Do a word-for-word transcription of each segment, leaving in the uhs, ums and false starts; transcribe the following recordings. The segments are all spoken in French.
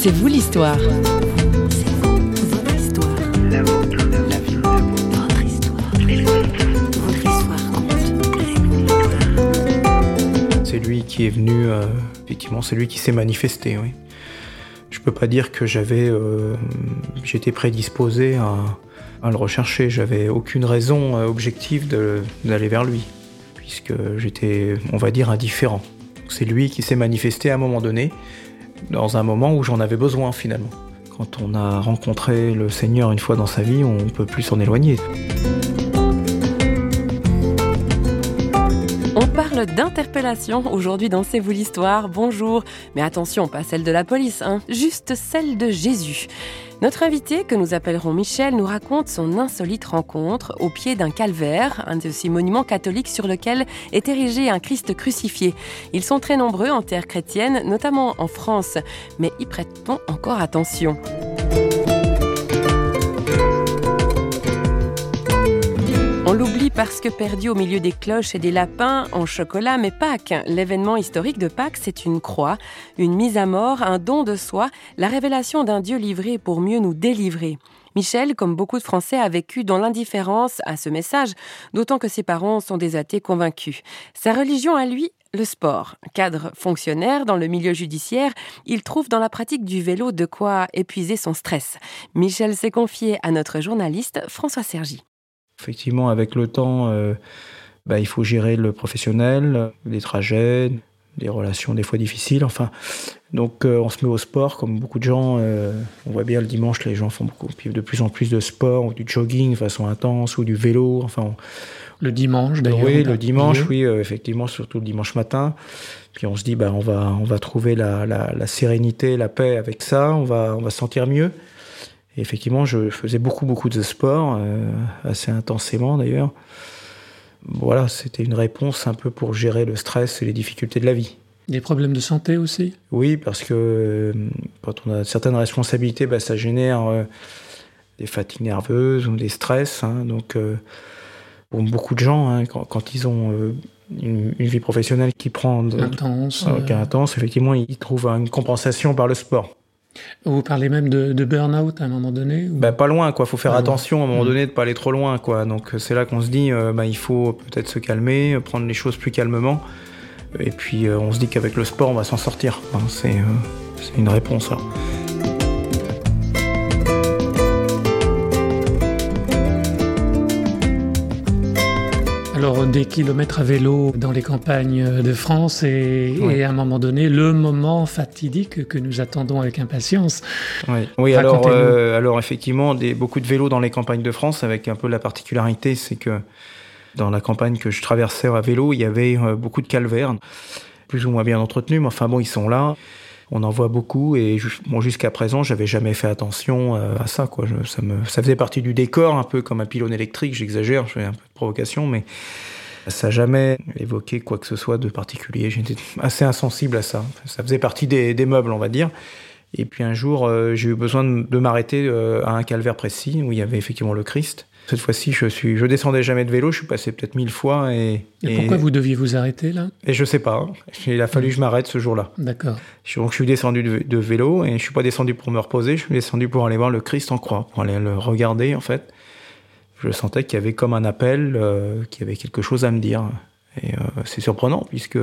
C'est vous l'histoire. C'est vous, votre histoire. La vôtre, la vie, votre histoire. Votre histoire compte. C'est lui qui est venu, euh, effectivement, c'est lui qui s'est manifesté, oui. Je peux pas dire que j'avais, euh, j'étais prédisposé à, à le rechercher. J'avais aucune raison euh, objective de, d'aller vers lui, puisque j'étais, on va dire, indifférent. C'est lui qui s'est manifesté à un moment donné, dans un moment où j'en avais besoin finalement. Quand on a rencontré le Seigneur une fois dans sa vie, on ne peut plus s'en éloigner. On parle d'interpellation aujourd'hui dans C'est vous l'histoire. Bonjour. Mais attention, pas celle de la police, hein, juste celle de Jésus. Notre invité, que nous appellerons Michel, nous raconte son insolite rencontre au pied d'un calvaire, un de ces monuments catholiques sur lequel est érigé un Christ crucifié. Ils sont très nombreux en terre chrétienne, notamment en France. Mais y prête-t-on encore attention ? On l'oublie parce que perdu au milieu des cloches et des lapins en chocolat, mais Pâques, l'événement historique de Pâques, c'est une croix, une mise à mort, un don de soi, la révélation d'un Dieu livré pour mieux nous délivrer. Michel, comme beaucoup de Français, a vécu dans l'indifférence à ce message, d'autant que ses parents sont des athées convaincus. Sa religion à lui, le sport. Cadre fonctionnaire dans le milieu judiciaire, il trouve dans la pratique du vélo de quoi épuiser son stress. Michel s'est confié à notre journaliste François Sergi. Effectivement, avec le temps, euh, bah, il faut gérer le professionnel, les trajets, des relations des fois difficiles. Enfin, donc euh, on se met au sport, comme beaucoup de gens. Euh, on voit bien le dimanche, les gens font beaucoup, de plus en plus de sport, ou du jogging de façon intense, ou du vélo. Enfin, on... Le dimanche, d'ailleurs. Oui, le dimanche, oui, euh, effectivement, surtout le dimanche matin. Puis on se dit, bah, on va, on va trouver la, la, la sérénité, la paix avec ça. On va, on va se sentir mieux. Et effectivement, je faisais beaucoup, beaucoup de sport, euh, assez intensément d'ailleurs. Voilà, c'était une réponse un peu pour gérer le stress et les difficultés de la vie. Des problèmes de santé aussi ? Oui, parce que euh, quand on a certaines responsabilités, bah, ça génère euh, des fatigues nerveuses ou des stress. Hein, donc, euh, pour beaucoup de gens, hein, quand, quand ils ont euh, une, une vie professionnelle qui prend de, intense, euh, qui est intense, effectivement, ils trouvent une compensation par le sport. Vous parlez même de, de burn-out à un moment donné ou... bah, pas loin, quoi. Faut faire ah, attention à un moment mmh. donné de pas aller trop loin, quoi. Donc c'est là qu'on se dit, euh, bah, il faut peut-être se calmer, prendre les choses plus calmement. Et puis euh, on se dit qu'avec le sport, on va s'en sortir. Hein, c'est, euh, c'est une réponse, là. Alors, des kilomètres à vélo dans les campagnes de France et, oui. et à un moment donné, le moment fatidique que nous attendons avec impatience. Oui, oui alors, euh, alors effectivement, des, beaucoup de vélos dans les campagnes de France, avec un peu la particularité, c'est que dans la campagne que je traversais à vélo, il y avait euh, beaucoup de calvaires, plus ou moins bien entretenus, mais enfin bon, ils sont là. On en voit beaucoup et bon, jusqu'à présent, j'avais jamais fait attention euh, à ça, quoi. Je, ça, me, ça faisait partie du décor, un peu comme un pylône électrique, j'exagère, je fais un peu de provocation, mais ça n'a jamais évoqué quoi que ce soit de particulier. J'étais assez insensible à ça. Ça faisait partie des, des meubles, on va dire. Et puis un jour, euh, j'ai eu besoin de, de m'arrêter euh, à un calvaire précis où il y avait effectivement le Christ. Cette fois-ci, je suis, je descendais jamais de vélo, je suis passé peut-être mille fois. Et, et pourquoi et, vous deviez vous arrêter là ? Et je sais pas. Il a fallu que je m'arrête ce jour-là. D'accord. Donc je suis descendu de, de vélo et je suis pas descendu pour me reposer, je suis descendu pour aller voir le Christ en croix, pour aller le regarder en fait. Je sentais qu'il y avait comme un appel, euh, qu'il y avait quelque chose à me dire. Et euh, c'est surprenant puisque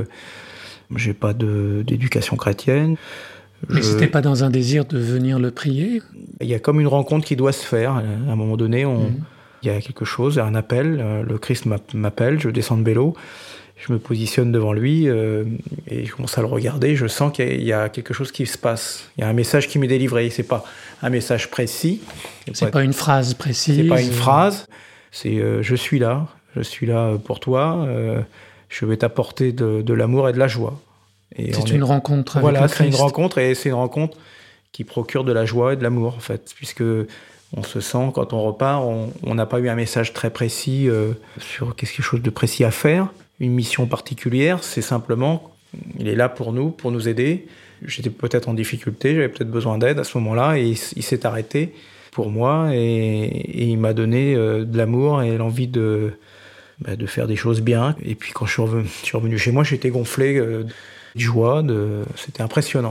j'ai pas de, d'éducation chrétienne. Mais je... c'était pas dans un désir de venir le prier ? Il y a comme une rencontre qui doit se faire. À un moment donné, on... mmh. il y a quelque chose, un appel. Le Christ m'appelle, je descends de vélo, je me positionne devant lui euh, et je commence à le regarder. Je sens qu'il y a quelque chose qui se passe. Il y a un message qui m'est délivré. C'est pas un message précis. C'est pas, pas une phrase précise. C'est pas une phrase. C'est euh, je suis là, je suis là pour toi. Euh, je vais t'apporter de, de l'amour et de la joie. Et c'est une est... rencontre avec voilà, le Christ. Voilà, c'est une rencontre et c'est une rencontre qui procure de la joie et de l'amour en fait, puisque on se sent, quand on repart, on n'a pas eu un message très précis euh, sur quelque chose de précis à faire, une mission particulière, c'est simplement, il est là pour nous, pour nous aider. J'étais peut-être en difficulté, j'avais peut-être besoin d'aide à ce moment-là, et il, il s'est arrêté pour moi, et, et il m'a donné euh, de l'amour et l'envie de, bah, de faire des choses bien. Et puis quand je suis revenu, je suis revenu chez moi, j'étais gonflé euh, de joie, de... c'était impressionnant, quoi.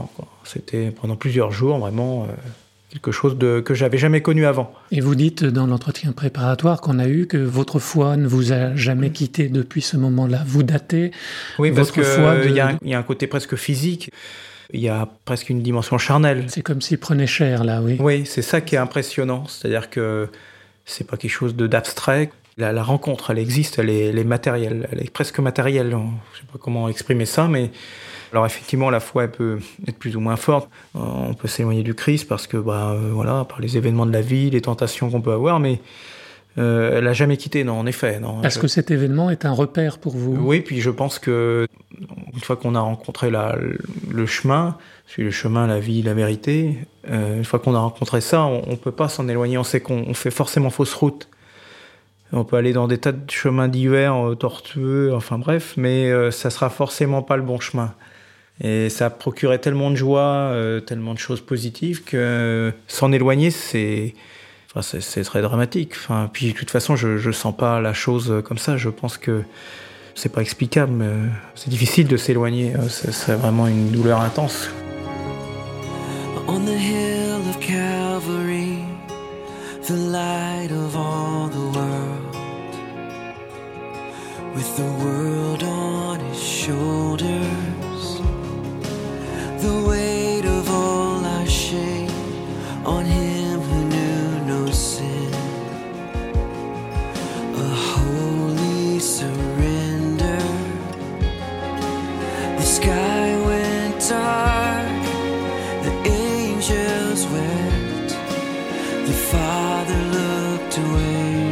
C'était pendant plusieurs jours, vraiment... Euh, quelque chose de, que j'avais jamais connu avant. Et vous dites dans l'entretien préparatoire qu'on a eu que votre foi ne vous a jamais quitté depuis ce moment-là. Vous datez oui, votre parce foi qu'il de... y, a, y a un côté presque physique, il y a presque une dimension charnelle. C'est comme s'il prenait chair, là, oui. Oui, c'est ça qui est impressionnant. C'est-à-dire que c'est pas quelque chose de, d'abstrait. La, la rencontre, elle existe, elle est, elle est matérielle, elle est presque matérielle. Je sais pas comment exprimer ça, mais... Alors effectivement, la foi elle peut être plus ou moins forte. On peut s'éloigner du Christ parce que, bah, euh, voilà, par les événements de la vie, les tentations qu'on peut avoir, mais euh, elle n'a jamais quitté, non, en effet. Non. Parce je... que cet événement est un repère pour vous. Oui, puis je pense que une fois qu'on a rencontré la, le chemin, le chemin, la vie, la vérité, euh, une fois qu'on a rencontré ça, on ne peut pas s'en éloigner. On sait qu'on on fait forcément fausse route. On peut aller dans des tas de chemins divers, euh, tortueux, enfin bref, mais euh, ça sera forcément pas le bon chemin. Et ça procurait tellement de joie, euh, tellement de choses positives que euh, s'en éloigner, c'est, enfin, c'est, c'est très dramatique. Enfin, puis de toute façon, je je sens pas la chose comme ça. Je pense que c'est pas explicable. Mais c'est difficile de s'éloigner. C'est, c'est vraiment une douleur intense. On the hill of Calvary, the light of all the world, with the world on his shoulders. The weight of all our shame on him who knew no sin. A holy surrender. The sky went dark, the angels wept, the Father looked away.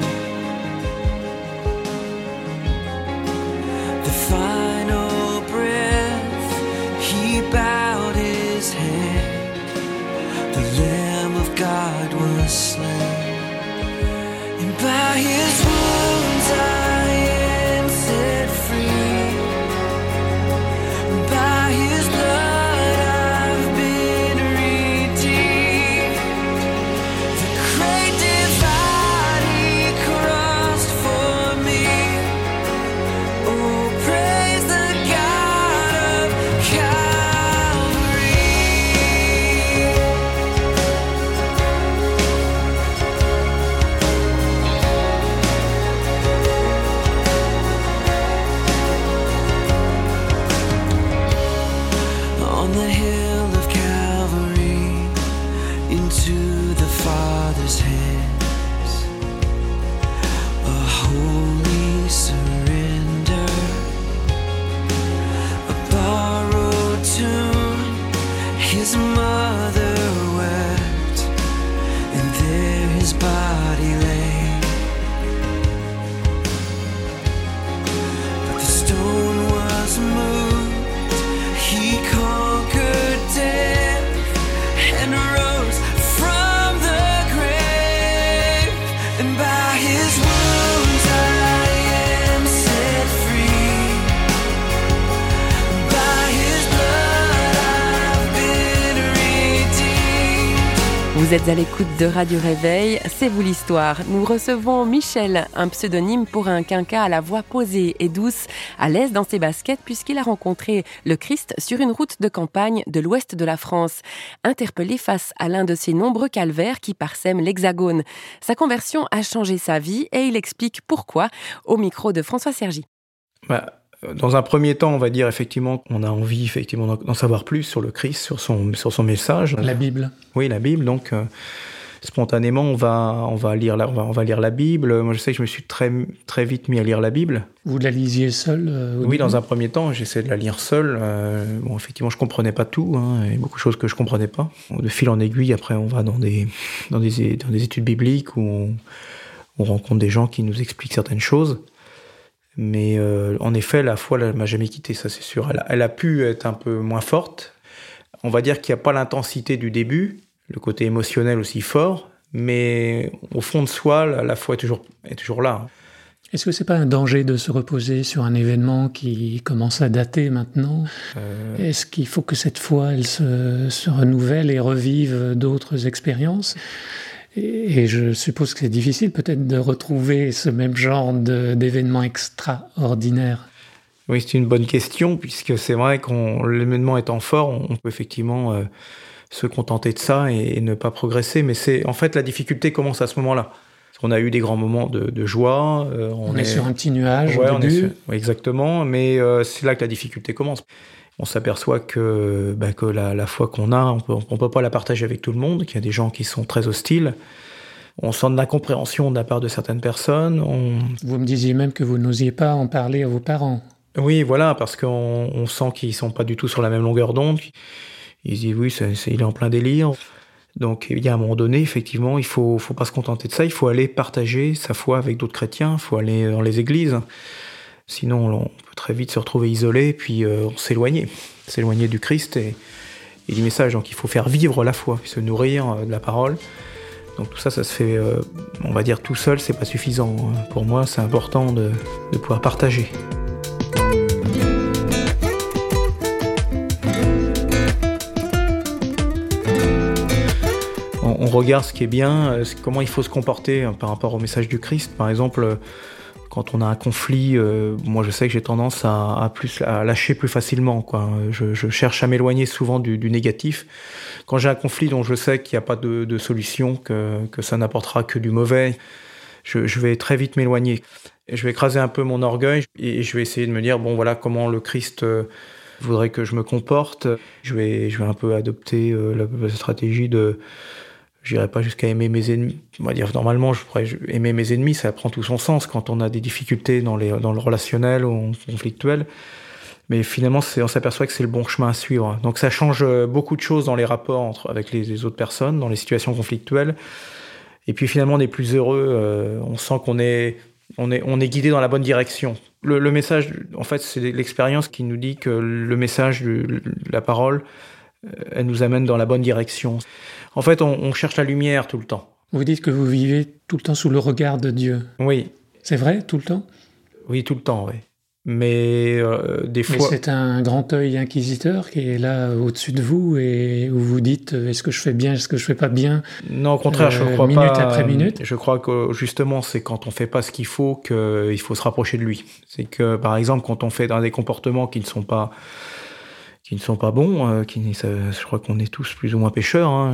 The final breath, he bowed his head. The Lamb of God was slain, and by his wounds I am set free. By his blood I've been redeemed. The great divide he crossed for me. Oh, praise the God of Calvary. On the hill of Calvary, into the Father's hands, a holy surrender, a borrowed tomb, his mother wept, and there his body lay. But the stone was moved, he conquered death and rose from the grave, and by his wounds I am set free. By his blood I've been redeemed. Vous êtes à l'écoute de Radio Réveil, c'est vous l'histoire. Nous recevons Michel, un pseudonyme pour un quinca à la voix posée et douce, à l'aise dans ses baskets puisqu'il a rencontré le Christ sur une route de campagne de l'ouest de la France, interpellé face à l'un de ces nombreux calvaires qui parsèment l'Hexagone. Sa conversion a changé sa vie et il explique pourquoi au micro de François Sergi. Bah, dans un premier temps, on va dire effectivement qu'on a envie effectivement d'en savoir plus sur le Christ, sur son, sur son message. La Bible. Oui, la Bible. Donc, euh, spontanément, on va, on va lire la, on va, on va lire la Bible. Moi, je sais que je me suis très, très vite mis à lire la Bible. Vous la lisiez seul euh, Oui, début? dans un premier temps, j'essayais de la lire seul. Euh, bon, effectivement, je comprenais pas tout. Hein, il y a beaucoup de choses que je comprenais pas. De fil en aiguille, après, on va dans des, dans des, dans des études bibliques où on, on rencontre des gens qui nous expliquent certaines choses. Mais euh, en effet, la foi, elle m'a jamais quitté, ça c'est sûr. Elle a, elle a pu être un peu moins forte. On va dire qu'il n'y a pas l'intensité du début, le côté émotionnel aussi fort, mais au fond de soi, la, la foi est toujours, est toujours là. Est-ce que c'est pas un danger de se reposer sur un événement qui commence à dater maintenant ? Euh... Est-ce qu'il faut que cette foi, elle se, se renouvelle et revive d'autres expériences ? Et je suppose que c'est difficile peut-être de retrouver ce même genre de, d'événements extraordinaires. Oui, c'est une bonne question, puisque c'est vrai qu'on l'événement étant fort, on peut effectivement euh, se contenter de ça et, et ne pas progresser. Mais c'est en fait la difficulté commence à ce moment-là. On a eu des grands moments de, de joie. Euh, on, on est, est sur un petit nuage ouais, au début. Sur... Oui, exactement, mais euh, c'est là que la difficulté commence. On s'aperçoit que, bah, que la, la foi qu'on a, on peut, on peut pas la partager avec tout le monde, qu'il y a des gens qui sont très hostiles. On sent de l'incompréhension de la part de certaines personnes. On... Vous me disiez même que vous n'osiez pas en parler à vos parents. Oui, voilà, parce qu'on on sent qu'ils sont pas du tout sur la même longueur d'onde. Ils se disent oui, c'est, c'est, il est en plein délire. Donc il y a un moment donné, effectivement, il faut, faut pas se contenter de ça. Il faut aller partager sa foi avec d'autres chrétiens. Il faut aller dans les églises. Sinon, on peut très vite se retrouver isolé, puis euh, s'éloigner, s'éloigner du Christ et, et du message. Donc il faut faire vivre la foi, se nourrir euh, de la parole. Donc tout ça, ça se fait, euh, on va dire tout seul, c'est pas suffisant. Pour moi, c'est important de, de pouvoir partager. On, on regarde ce qui est bien, comment il faut se comporter par rapport au message du Christ. Par exemple, quand on a un conflit, euh, moi je sais que j'ai tendance à, à, plus, à lâcher plus facilement, quoi. Je, je cherche à m'éloigner souvent du, du négatif. Quand j'ai un conflit dont je sais qu'il n'y a pas de, de solution, que, que ça n'apportera que du mauvais, je, je vais très vite m'éloigner. Et je vais écraser un peu mon orgueil et je vais essayer de me dire, bon voilà comment le Christ euh, voudrait que je me comporte. Je vais, je vais un peu adopter euh, la, la stratégie de... Je n'irai pas jusqu'à aimer mes ennemis. On va dire, normalement, je pourrais aimer mes ennemis, ça prend tout son sens quand on a des difficultés dans, les, dans le relationnel ou conflictuel. Mais finalement, c'est, on s'aperçoit que c'est le bon chemin à suivre. Donc ça change beaucoup de choses dans les rapports entre, avec les, les autres personnes, dans les situations conflictuelles. Et puis finalement, on est plus heureux. Euh, on sent qu'on est, on est, on est guidé dans la bonne direction. Le, le message, en fait, c'est l'expérience qui nous dit que le message, de la parole, elle nous amène dans la bonne direction. En fait, on, on cherche la lumière tout le temps. Vous dites que vous vivez tout le temps sous le regard de Dieu. Oui. C'est vrai, tout le temps ? Oui, tout le temps, oui. Mais euh, des fois... Mais c'est un grand œil inquisiteur qui est là au-dessus de vous et où vous dites, est-ce que je fais bien, est-ce que je fais pas bien ? Non, au contraire, je euh, crois minute pas... Minute après minute. Je crois que justement, c'est quand on fait pas ce qu'il faut qu'il faut se rapprocher de lui. C'est que, par exemple, quand on fait dans des comportements qui ne sont pas... qui ne sont pas bons, euh, qui, ça, je crois qu'on est tous plus ou moins pécheurs. Hein.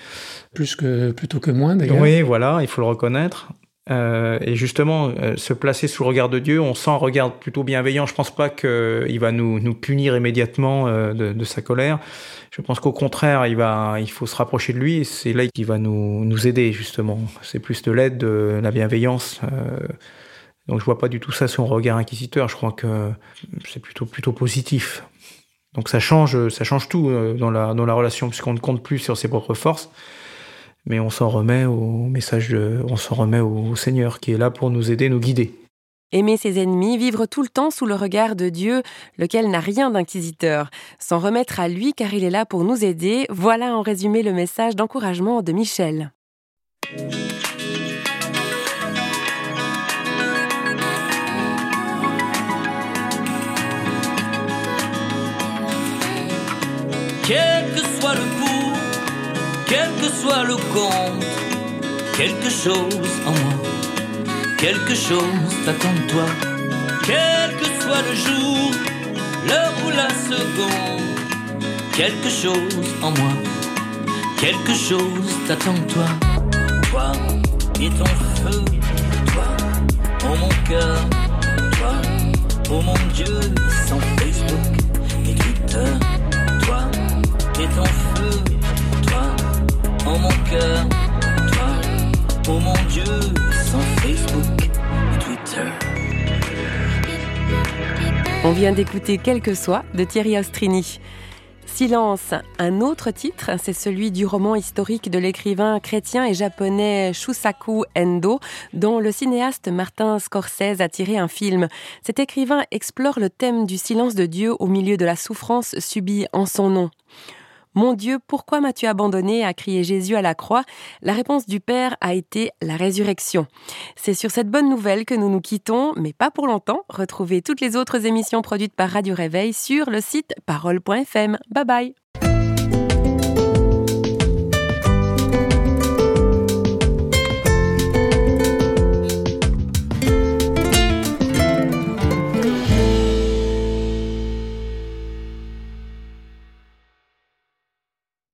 Plus que, plutôt que moins, d'ailleurs. Oui, voilà, il faut le reconnaître. Euh, et justement, euh, se placer sous le regard de Dieu, on sent un regard plutôt bienveillant. Je pense pas qu'il va nous, nous punir immédiatement euh, de, de sa colère. Je pense qu'au contraire, il, va, il faut se rapprocher de lui et c'est là qu'il va nous, nous aider, justement. C'est plus de l'aide, de la bienveillance. Euh, donc je vois pas du tout ça, son regard inquisiteur. Je crois que c'est plutôt, plutôt positif. Donc ça change, ça change tout dans la, dans la relation, puisqu'on ne compte plus sur ses propres forces, mais on s'en remet au message, de, on s'en remet au Seigneur qui est là pour nous aider, nous guider. Aimer ses ennemis, vivre tout le temps sous le regard de Dieu, lequel n'a rien d'inquisiteur. S'en remettre à lui car il est là pour nous aider, voilà en résumé le message d'encouragement de Michel. Quel que soit le pour, quel que soit le contre, quelque chose en moi, quelque chose t'attend de toi. Quel que soit le jour, l'heure ou la seconde, quelque chose en moi, quelque chose t'attend de toi. Toi et ton feu, toi, oh mon cœur, toi, oh mon Dieu, sans Facebook et Twitter. Et ton feu, toi, en mon cœur, toi, oh mon Dieu, sans Facebook et Twitter. On vient d'écouter Quel que soit de Thierry Ostrini. Silence, un autre titre, c'est celui du roman historique de l'écrivain chrétien et japonais Shusaku Endo, dont le cinéaste Martin Scorsese a tiré un film. Cet écrivain explore le thème du silence de Dieu au milieu de la souffrance subie en son nom. « Mon Dieu, pourquoi m'as-tu abandonné ?» a crié Jésus à la croix. La réponse du Père a été la résurrection. C'est sur cette bonne nouvelle que nous nous quittons, mais pas pour longtemps. Retrouvez toutes les autres émissions produites par Radio Réveil sur le site parole point f m. Bye bye.